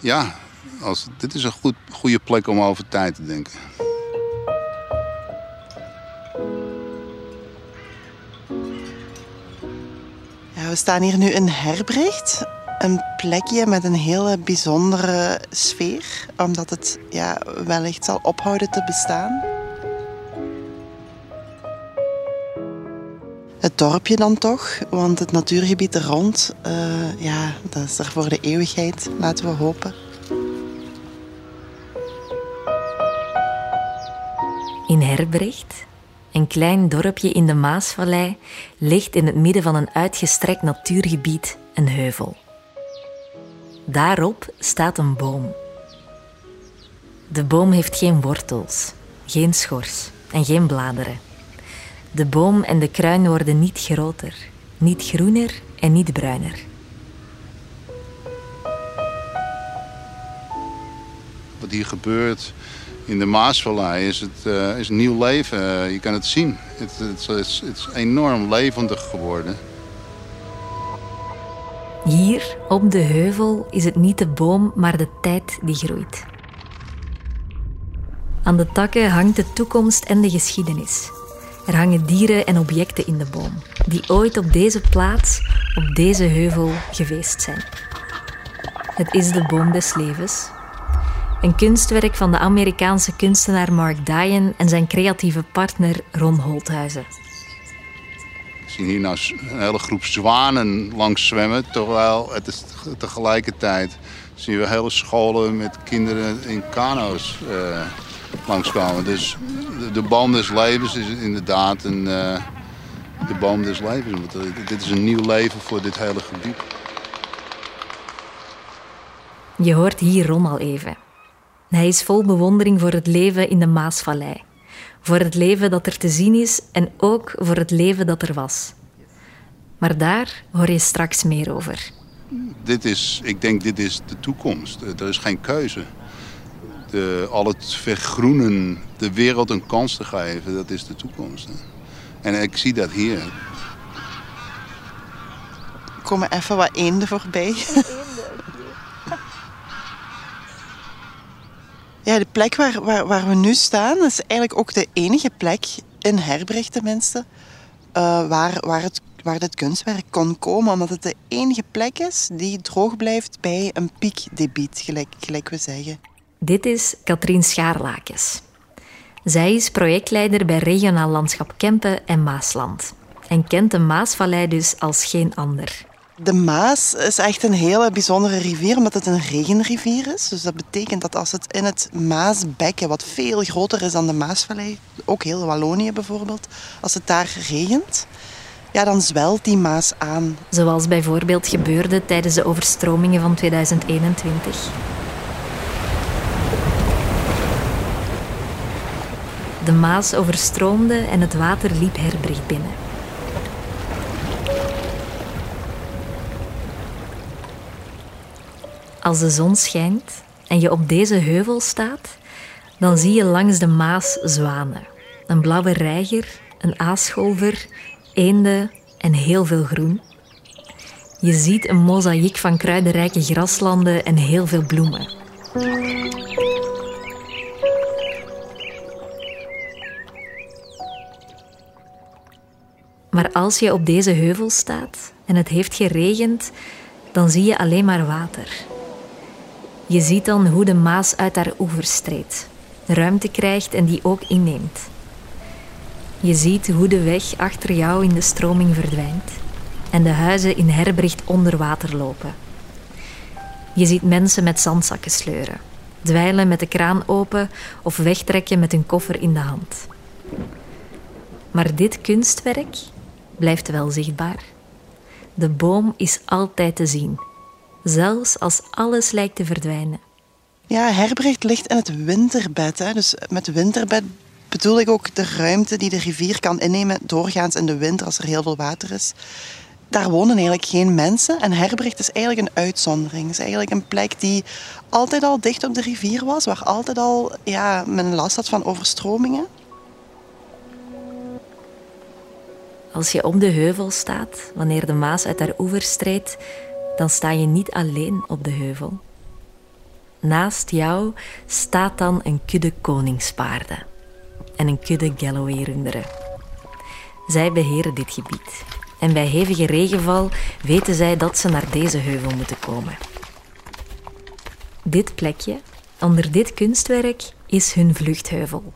ja, dit is een goede plek om over tijd te denken. Ja, we staan hier nu in Herbrecht. Een plekje met een hele bijzondere sfeer, omdat het wellicht zal ophouden te bestaan. Het dorpje dan toch, want het natuurgebied er rond, dat is er voor de eeuwigheid, laten we hopen. In Herbrecht, een klein dorpje in de Maasvallei, ligt in het midden van een uitgestrekt natuurgebied een heuvel. Daarop staat een boom. De boom heeft geen wortels, geen schors en geen bladeren. De boom en de kruin worden niet groter, niet groener en niet bruiner. Wat hier gebeurt in de Maasvallei is een nieuw leven. Je kan het zien. Het is enorm levendig geworden. Hier, op de heuvel, is het niet de boom, maar de tijd die groeit. Aan de takken hangt de toekomst en de geschiedenis. Er hangen dieren en objecten in de boom, die ooit op deze plaats, op deze heuvel, geweest zijn. Het is de boom des levens. Een kunstwerk van de Amerikaanse kunstenaar Mark Diane en zijn creatieve partner Ron Holthuizen. We zien hier nou een hele groep zwanen langs zwemmen, terwijl het is tegelijkertijd zien we hele scholen met kinderen in kano's langskomen. Dus de boom des levens is inderdaad de boom des levens. Want dit is een nieuw leven voor dit hele gebied. Je hoort hier Ron al even. Hij is vol bewondering voor het leven in de Maasvallei. Voor het leven dat er te zien is en ook voor het leven dat er was. Maar daar hoor je straks meer over. Ik denk dit is de toekomst. Er is geen keuze. Al het vergroenen, de wereld een kans te geven, dat is de toekomst. En ik zie dat hier. Er komen even wat eenden voorbij. Ja, de plek waar we nu staan is eigenlijk ook de enige plek in Herbrecht tenminste waar dit kunstwerk kon komen, omdat het de enige plek is die droog blijft bij een piekdebiet, gelijk we zeggen. Dit is Katrien Schaarlakens. Zij is projectleider bij Regionaal Landschap Kempen en Maasland en kent de Maasvallei dus als geen ander. De Maas is echt een hele bijzondere rivier, omdat het een regenrivier is. Dus dat betekent dat als het in het Maasbekken, wat veel groter is dan de Maasvallei, ook heel Wallonië bijvoorbeeld, als het daar regent, dan zwelt die Maas aan. Zoals bijvoorbeeld gebeurde tijdens de overstromingen van 2021. De Maas overstroomde en het water liep Herbrecht binnen. Als de zon schijnt en je op deze heuvel staat, dan zie je langs de Maas zwanen. Een blauwe reiger, een aasscholver, eenden en heel veel groen. Je ziet een mozaïek van kruidenrijke graslanden en heel veel bloemen. Maar als je op deze heuvel staat en het heeft geregend, dan zie je alleen maar water. Je ziet dan hoe de Maas uit haar oevers treedt, ruimte krijgt en die ook inneemt. Je ziet hoe de weg achter jou in de stroming verdwijnt en de huizen in Herbrecht onder water lopen. Je ziet mensen met zandzakken sleuren, dweilen met de kraan open of wegtrekken met een koffer in de hand. Maar dit kunstwerk blijft wel zichtbaar. De boom is altijd te zien, zelfs als alles lijkt te verdwijnen. Ja, Herbrecht ligt in het winterbed. Dus met winterbed bedoel ik ook de ruimte die de rivier kan innemen doorgaans in de winter als er heel veel water is. Daar wonen eigenlijk geen mensen en Herbrecht is eigenlijk een uitzondering. Het is eigenlijk een plek die altijd al dicht op de rivier was, waar altijd al men last had van overstromingen. Als je op de heuvel staat, wanneer de Maas uit haar oevers treedt, dan sta je niet alleen op de heuvel. naast jou staat dan een kudde koningspaarden en een kudde Galloway-runderen. Zij beheren dit gebied en bij hevige regenval weten zij dat ze naar deze heuvel moeten komen. Dit plekje, onder dit kunstwerk, is hun vluchtheuvel.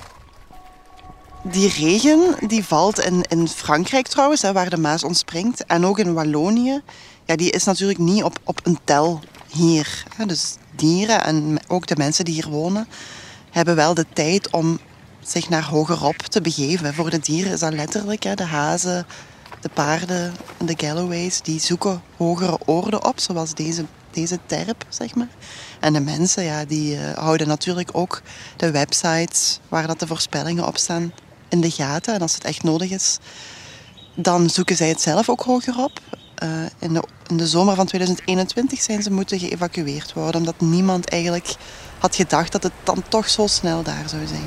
Die regen die valt in Frankrijk trouwens, waar de Maas ontspringt. En ook in Wallonië. Ja, die is natuurlijk niet op een tel hier. Dus dieren en ook de mensen die hier wonen hebben wel de tijd om zich naar hogerop te begeven. Voor de dieren is dat letterlijk. De hazen, de paarden en de Galloways die zoeken hogere oorden op, zoals deze terp, zeg maar. En de mensen, ja, die houden natuurlijk ook de websites waar dat de voorspellingen op staan in de gaten. En als het echt nodig is, dan zoeken zij het zelf ook hoger op. In de zomer van 2021 zijn ze moeten geëvacueerd worden, omdat niemand eigenlijk had gedacht dat het dan toch zo snel daar zou zijn.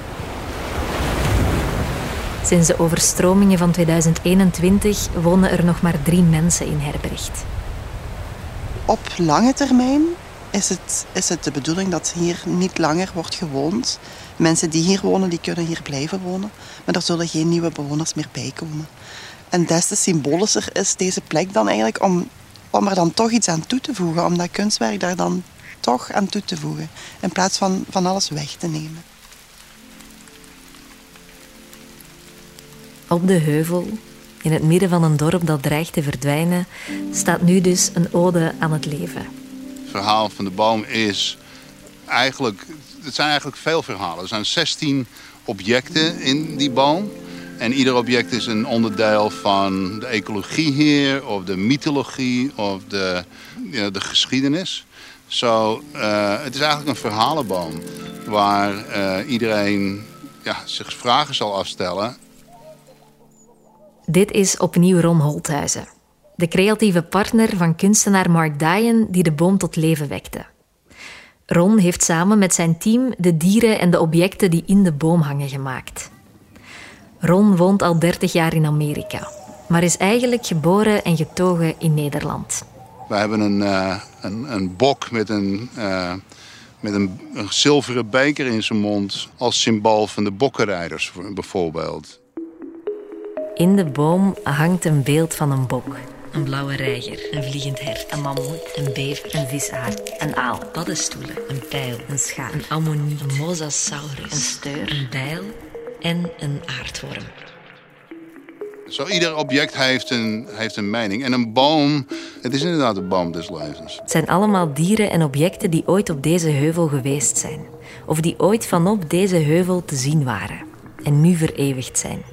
Sinds de overstromingen van 2021 wonen er nog maar 3 mensen in Herbrecht. Op lange termijn is het de bedoeling dat hier niet langer wordt gewoond. Mensen die hier wonen, die kunnen hier blijven wonen. Maar er zullen geen nieuwe bewoners meer bij komen. En des te symbolischer is deze plek dan eigenlijk om er dan toch iets aan toe te voegen. Om dat kunstwerk daar dan toch aan toe te voegen. In plaats van alles weg te nemen. Op de heuvel, in het midden van een dorp dat dreigt te verdwijnen, staat nu dus een ode aan het leven. Het verhaal van de boom is eigenlijk... Het zijn eigenlijk veel verhalen. Er zijn 16 objecten in die boom. En ieder object is een onderdeel van de ecologie hier, of de mythologie, of de geschiedenis. Het is eigenlijk een verhalenboom waar iedereen zich vragen zal afstellen. Dit is opnieuw Ron Holthuizen, de creatieve partner van kunstenaar Mark Dion die de boom tot leven wekte. Ron heeft samen met zijn team de dieren en de objecten die in de boom hangen gemaakt. Ron woont al 30 jaar in Amerika, maar is eigenlijk geboren en getogen in Nederland. We hebben een bok met een zilveren beker in zijn mond als symbool van de bokkenrijders bijvoorbeeld. In de boom hangt een beeld van een bok. Een blauwe reiger, een vliegend hert, een mammoet, een bever, een visaar, een aal, paddenstoelen, een pijl, een schaar, een ammoniet, een mosasaurus, een steur, een bijl en een aardworm. Ieder object heeft een mening. En een boom, het is inderdaad de boom des levens. Het zijn allemaal dieren en objecten die ooit op deze heuvel geweest zijn. Of die ooit vanop deze heuvel te zien waren. En nu vereeuwigd zijn.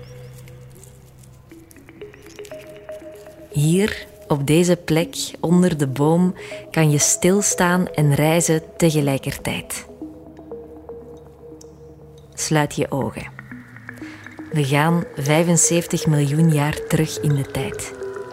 Hier, op deze plek, onder de boom, kan je stilstaan en reizen tegelijkertijd. Sluit je ogen. We gaan 75 miljoen jaar terug in de tijd.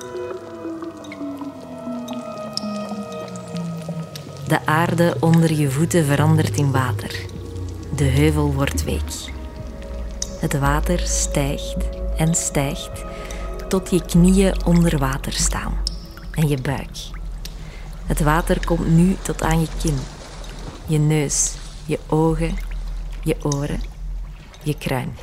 De aarde onder je voeten verandert in water. De heuvel wordt week. Het water stijgt en stijgt tot je knieën onder water staan en je buik. Het water komt nu tot aan je kin, je neus, je ogen, je oren, je kruin.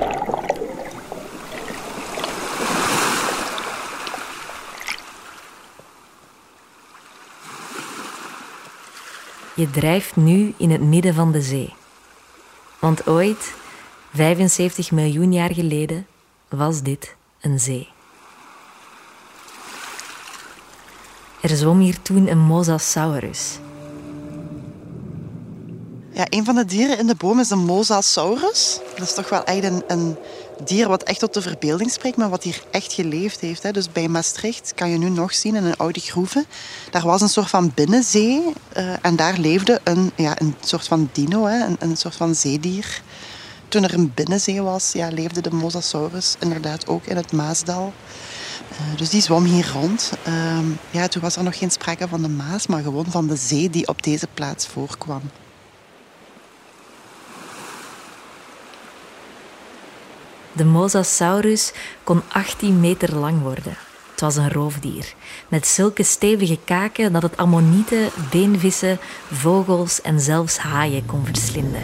Je drijft nu in het midden van de zee. Want ooit, 75 miljoen jaar geleden, was dit een zee. Er zwom hier toen een mosasaurus. Ja, een van de dieren in de boom is de mosasaurus. Dat is toch wel echt een dier wat echt tot de verbeelding spreekt, maar wat hier echt geleefd heeft. Hè. Dus bij Maastricht kan je nu nog zien in een oude groeve. Daar was een soort van binnenzee en daar leefde een soort van dino, hè, een soort van zeedier. Toen er een binnenzee was, leefde de mosasaurus inderdaad ook in het Maasdal. Dus die zwom hier rond. Toen was er nog geen sprake van de Maas, maar gewoon van de zee die op deze plaats voorkwam. De mosasaurus kon 18 meter lang worden. Het was een roofdier, met zulke stevige kaken dat het ammonieten, beenvissen, vogels en zelfs haaien kon verslinden.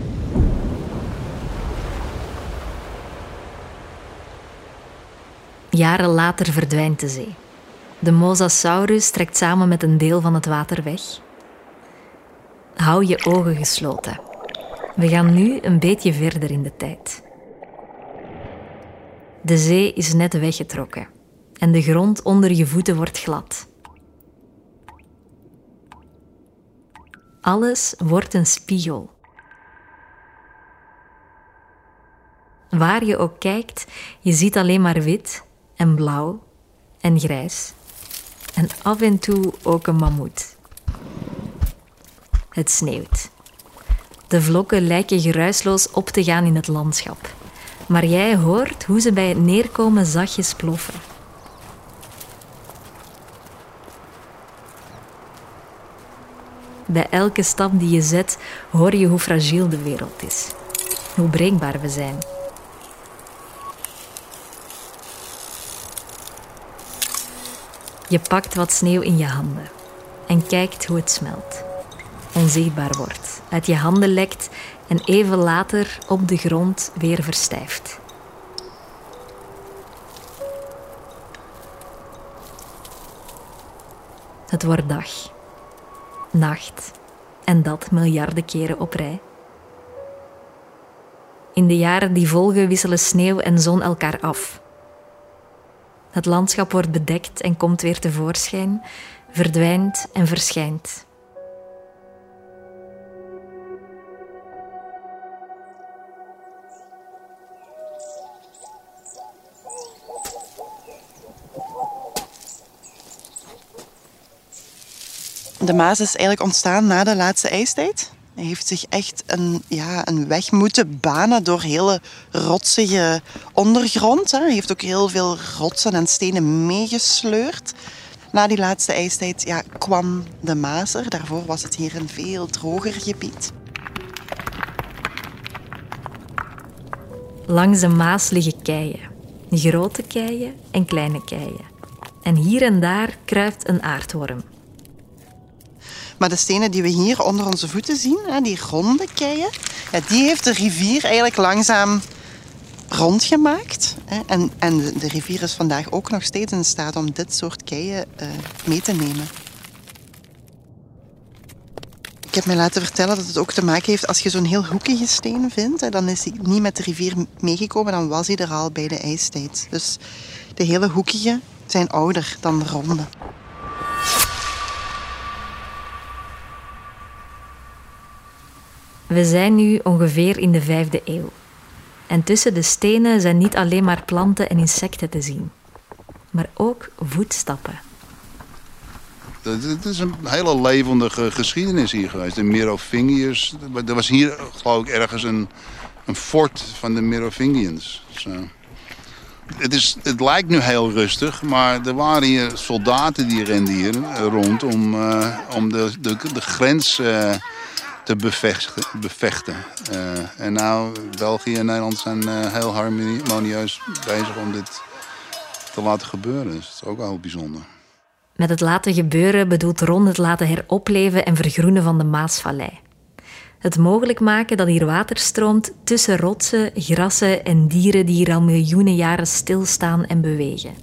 Jaren later verdwijnt de zee. De Mosasaurus trekt samen met een deel van het water weg. Hou je ogen gesloten. We gaan nu een beetje verder in de tijd. De zee is net weggetrokken en de grond onder je voeten wordt glad. Alles wordt een spiegel. Waar je ook kijkt, je ziet alleen maar wit en blauw en grijs. En af en toe ook een mammoet. Het sneeuwt. De vlokken lijken geruisloos op te gaan in het landschap. Maar jij hoort hoe ze bij het neerkomen zachtjes ploffen. Bij elke stap die je zet, hoor je hoe fragiel de wereld is. Hoe breekbaar we zijn. Je pakt wat sneeuw in je handen en kijkt hoe het smelt. Onzichtbaar wordt, uit je handen lekt en even later op de grond weer verstijft. Het wordt dag, nacht en dat miljarden keren op rij. In de jaren die volgen wisselen sneeuw en zon elkaar af. Het landschap wordt bedekt en komt weer tevoorschijn, verdwijnt en verschijnt. De Maas is eigenlijk ontstaan na de laatste ijstijd. Hij heeft zich echt een weg moeten banen door hele rotsige ondergrond. Hij heeft ook heel veel rotsen en stenen meegesleurd. Na die laatste ijstijd kwam de Maas er. Daarvoor was het hier een veel droger gebied. Langs de Maas liggen keien. Grote keien en kleine keien. En hier en daar kruipt een aardworm. Maar de stenen die we hier onder onze voeten zien, die ronde keien, die heeft de rivier eigenlijk langzaam rondgemaakt. En de rivier is vandaag ook nog steeds in staat om dit soort keien mee te nemen. Ik heb mij laten vertellen dat het ook te maken heeft als je zo'n heel hoekige steen vindt. Dan is hij niet met de rivier meegekomen, dan was hij er al bij de ijstijd. Dus de hele hoekige zijn ouder dan de ronde. We zijn nu ongeveer in de 5e eeuw. En tussen de stenen zijn niet alleen maar planten en insecten te zien, maar ook voetstappen. Het is een hele levendige geschiedenis hier geweest. De Merovingiërs. Er was hier, geloof ik, ergens een fort van de Merovingiërs. Het lijkt nu heel rustig, maar er waren hier soldaten die renden hier rond om de grens te bevechten. En nou, België en Nederland zijn heel harmonieus bezig om dit te laten gebeuren. Dus dat is ook wel bijzonder. Met het laten gebeuren bedoelt Ron het laten heropleven en vergroenen van de Maasvallei. Het mogelijk maken dat hier water stroomt tussen rotsen, grassen en dieren die hier al miljoenen jaren stilstaan en bewegen.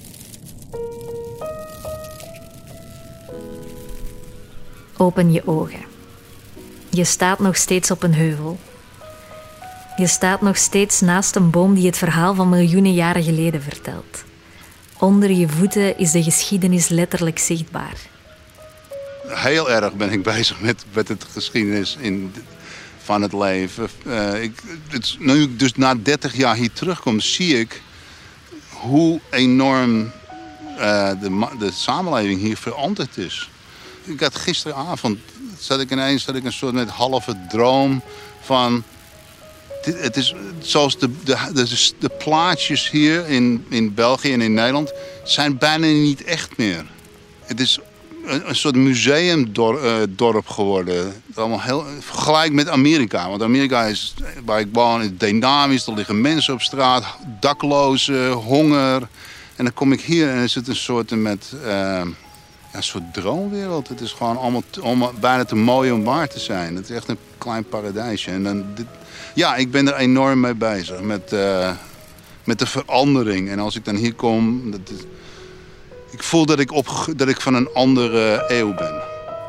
Open je ogen. Je staat nog steeds op een heuvel. Je staat nog steeds naast een boom die het verhaal van miljoenen jaren geleden vertelt. Onder je voeten is de geschiedenis letterlijk zichtbaar. Heel erg ben ik bezig met de geschiedenis van het leven. Nu ik dus na 30 jaar hier terugkom, zie ik hoe enorm de samenleving hier veranderd is. Ik had gisteravond zat ik een soort met halve droom van. Het is zoals de plaatjes hier in België en in Nederland zijn bijna niet echt meer. Het is een soort museumdorp geworden. Allemaal heel vergelijk met Amerika. Want Amerika is, waar ik woon, is dynamisch. Er liggen mensen op straat, daklozen, honger. En dan kom ik hier en is het een soort een soort droomwereld. Het is gewoon allemaal bijna te mooi om waar te zijn. Het is echt een klein paradijsje. En dan, ik ben er enorm mee bezig met de verandering. En als ik dan hier kom, ik voel dat ik van een andere eeuw ben.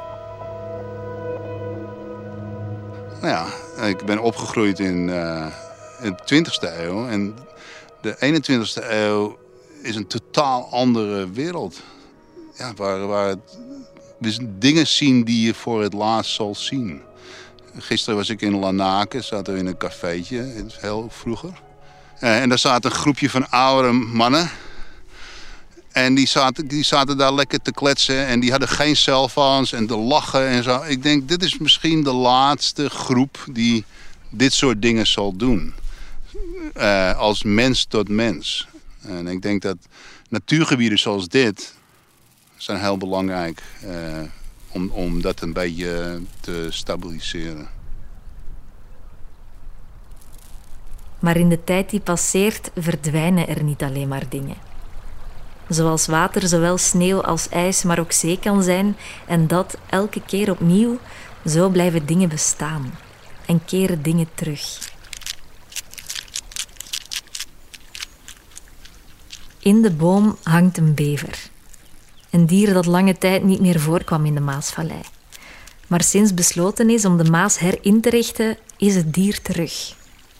Nou ja, ik ben opgegroeid in de 20e eeuw. En de 21e eeuw is een totaal andere wereld. Ja, waar dus dingen zien die je voor het laatst zal zien. Gisteren was ik in Lanaken, zaten we in een cafeetje, heel vroeger. En daar zat een groepje van oudere mannen. En die zaten daar lekker te kletsen en die hadden geen cellphones en te lachen en zo. Ik denk, dit is misschien de laatste groep die dit soort dingen zal doen. Als mens tot mens. En ik denk dat natuurgebieden zoals dit zijn heel belangrijk om dat een beetje te stabiliseren. Maar in de tijd die passeert verdwijnen er niet alleen maar dingen. Zoals water zowel sneeuw als ijs, maar ook zee kan zijn. En dat elke keer opnieuw. Zo blijven dingen bestaan. En keren dingen terug. In de boom hangt een bever. Een dier dat lange tijd niet meer voorkwam in de Maasvallei. Maar sinds besloten is om de Maas herin te richten, is het dier terug.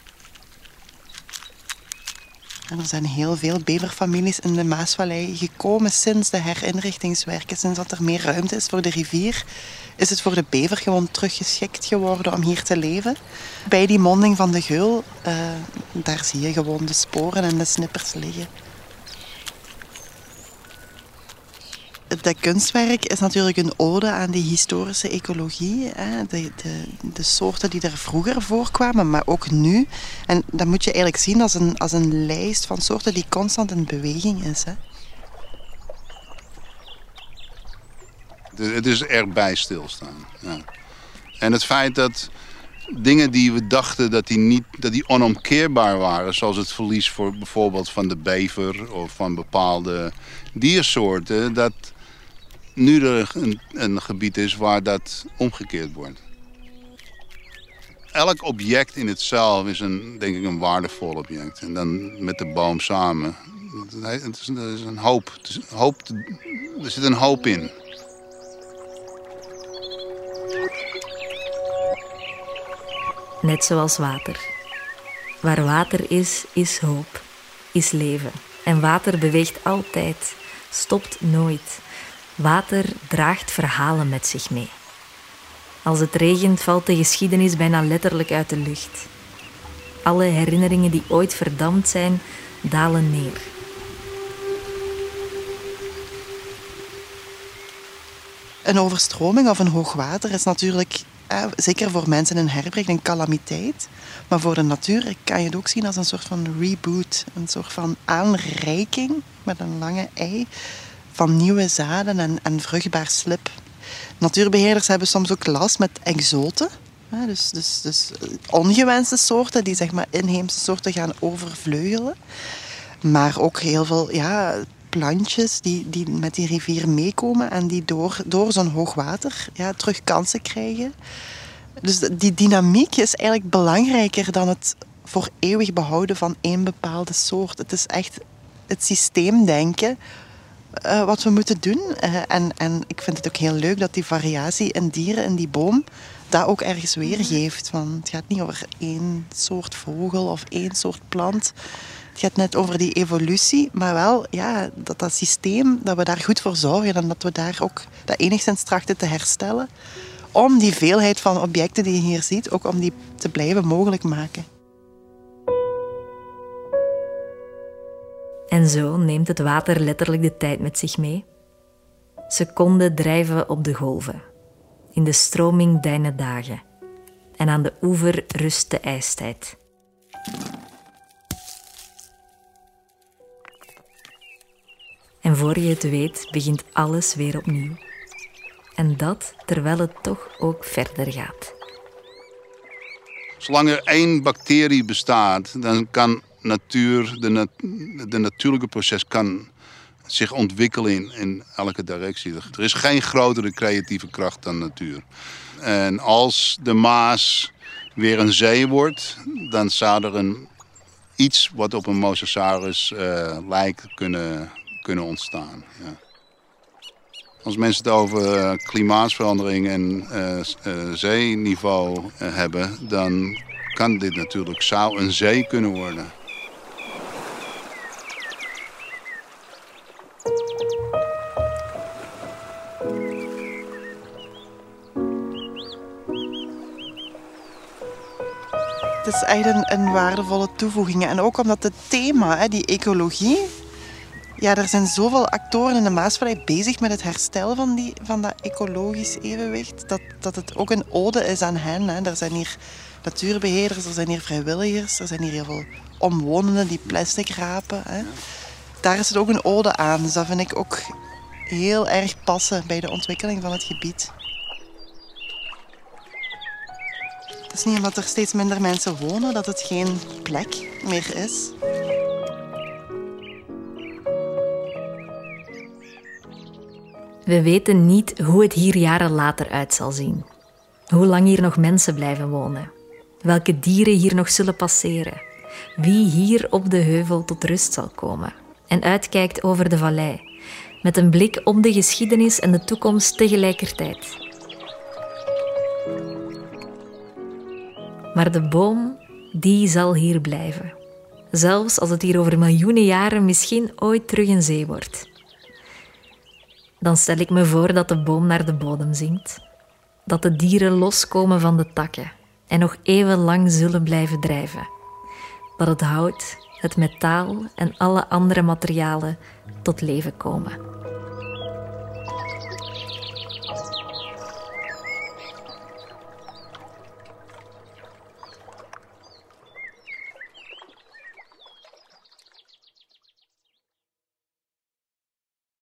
En er zijn heel veel beverfamilies in de Maasvallei gekomen sinds de herinrichtingswerken. Sinds dat er meer ruimte is voor de rivier, is het voor de bever gewoon teruggeschikt geworden om hier te leven. Bij die monding van de Geul, daar zie je gewoon de sporen en de snippers liggen. Dat kunstwerk is natuurlijk een ode aan die historische ecologie. Hè? De soorten die er vroeger voorkwamen, maar ook nu. En dat moet je eigenlijk zien als een lijst van soorten die constant in beweging is. Hè? Het is erbij stilstaan. Ja. En het feit dat dingen die we dachten dat die onomkeerbaar waren, zoals het verlies bijvoorbeeld van de bever of van bepaalde diersoorten, dat nu er een gebied is waar dat omgekeerd wordt. Elk object in itself is denk ik een waardevol object. En dan met de boom samen. Het is een hoop. Er zit een hoop in. Net zoals water. Waar water is, is hoop, is leven. En water beweegt altijd, stopt nooit. Water draagt verhalen met zich mee. Als het regent, valt de geschiedenis bijna letterlijk uit de lucht. Alle herinneringen die ooit verdampt zijn, dalen neer. Een overstroming of een hoogwater is natuurlijk, zeker voor mensen in Herbrecht, een calamiteit. Maar voor de natuur kan je het ook zien als een soort van reboot. Een soort van aanreiking met een lange ei van nieuwe zaden en vruchtbaar slib. Natuurbeheerders hebben soms ook last met exoten. Dus ongewenste soorten die zeg maar inheemse soorten gaan overvleugelen. Maar ook heel veel plantjes die met die rivier meekomen en die door zo'n hoogwater terug kansen krijgen. Dus die dynamiek is eigenlijk belangrijker dan het voor eeuwig behouden van één bepaalde soort. Het is echt het systeemdenken wat we moeten doen. En ik vind het ook heel leuk dat die variatie in dieren in die boom dat ook ergens weergeeft. Want het gaat niet over één soort vogel of één soort plant. Het gaat net over die evolutie, maar wel dat systeem, dat we daar goed voor zorgen en dat we daar ook dat enigszins trachten te herstellen. Om die veelheid van objecten die je hier ziet, ook om die te blijven mogelijk maken. En zo neemt het water letterlijk de tijd met zich mee. Seconden drijven op de golven. In de stroming deinen dagen. En aan de oever rust de ijstijd. En voor je het weet, begint alles weer opnieuw. En dat terwijl het toch ook verder gaat. Zolang er één bacterie bestaat, dan kan natuur, de natuurlijke proces kan zich ontwikkelen in elke directie. Er is geen grotere creatieve kracht dan natuur. En als de Maas weer een zee wordt, dan zou er iets wat op een mosasaurus lijkt kunnen ontstaan. Ja. Als mensen het over klimaatverandering en zeeniveau hebben, dan kan dit natuurlijk, zou een zee kunnen worden. Het is echt een waardevolle toevoeging. En ook omdat het thema, die ecologie... Ja, er zijn zoveel actoren in de Maasvallei bezig met het herstel van dat ecologisch evenwicht. Dat het ook een ode is aan hen. Hè. Er zijn hier natuurbeheerders, er zijn hier vrijwilligers, er zijn hier heel veel omwonenden die plastic rapen. Hè. Daar is het ook een ode aan. Dus dat vind ik ook heel erg passen bij de ontwikkeling van het gebied. Het is niet omdat er steeds minder mensen wonen dat het geen plek meer is. We weten niet hoe het hier jaren later uit zal zien. Hoe lang hier nog mensen blijven wonen. Welke dieren hier nog zullen passeren. Wie hier op de heuvel tot rust zal komen. En uitkijkt over de vallei. Met een blik op de geschiedenis en de toekomst tegelijkertijd. Maar de boom, die zal hier blijven. Zelfs als het hier over miljoenen jaren misschien ooit terug een zee wordt. Dan stel ik me voor dat de boom naar de bodem zinkt. Dat de dieren loskomen van de takken en nog eeuwenlang zullen blijven drijven. Dat het hout, het metaal en alle andere materialen tot leven komen.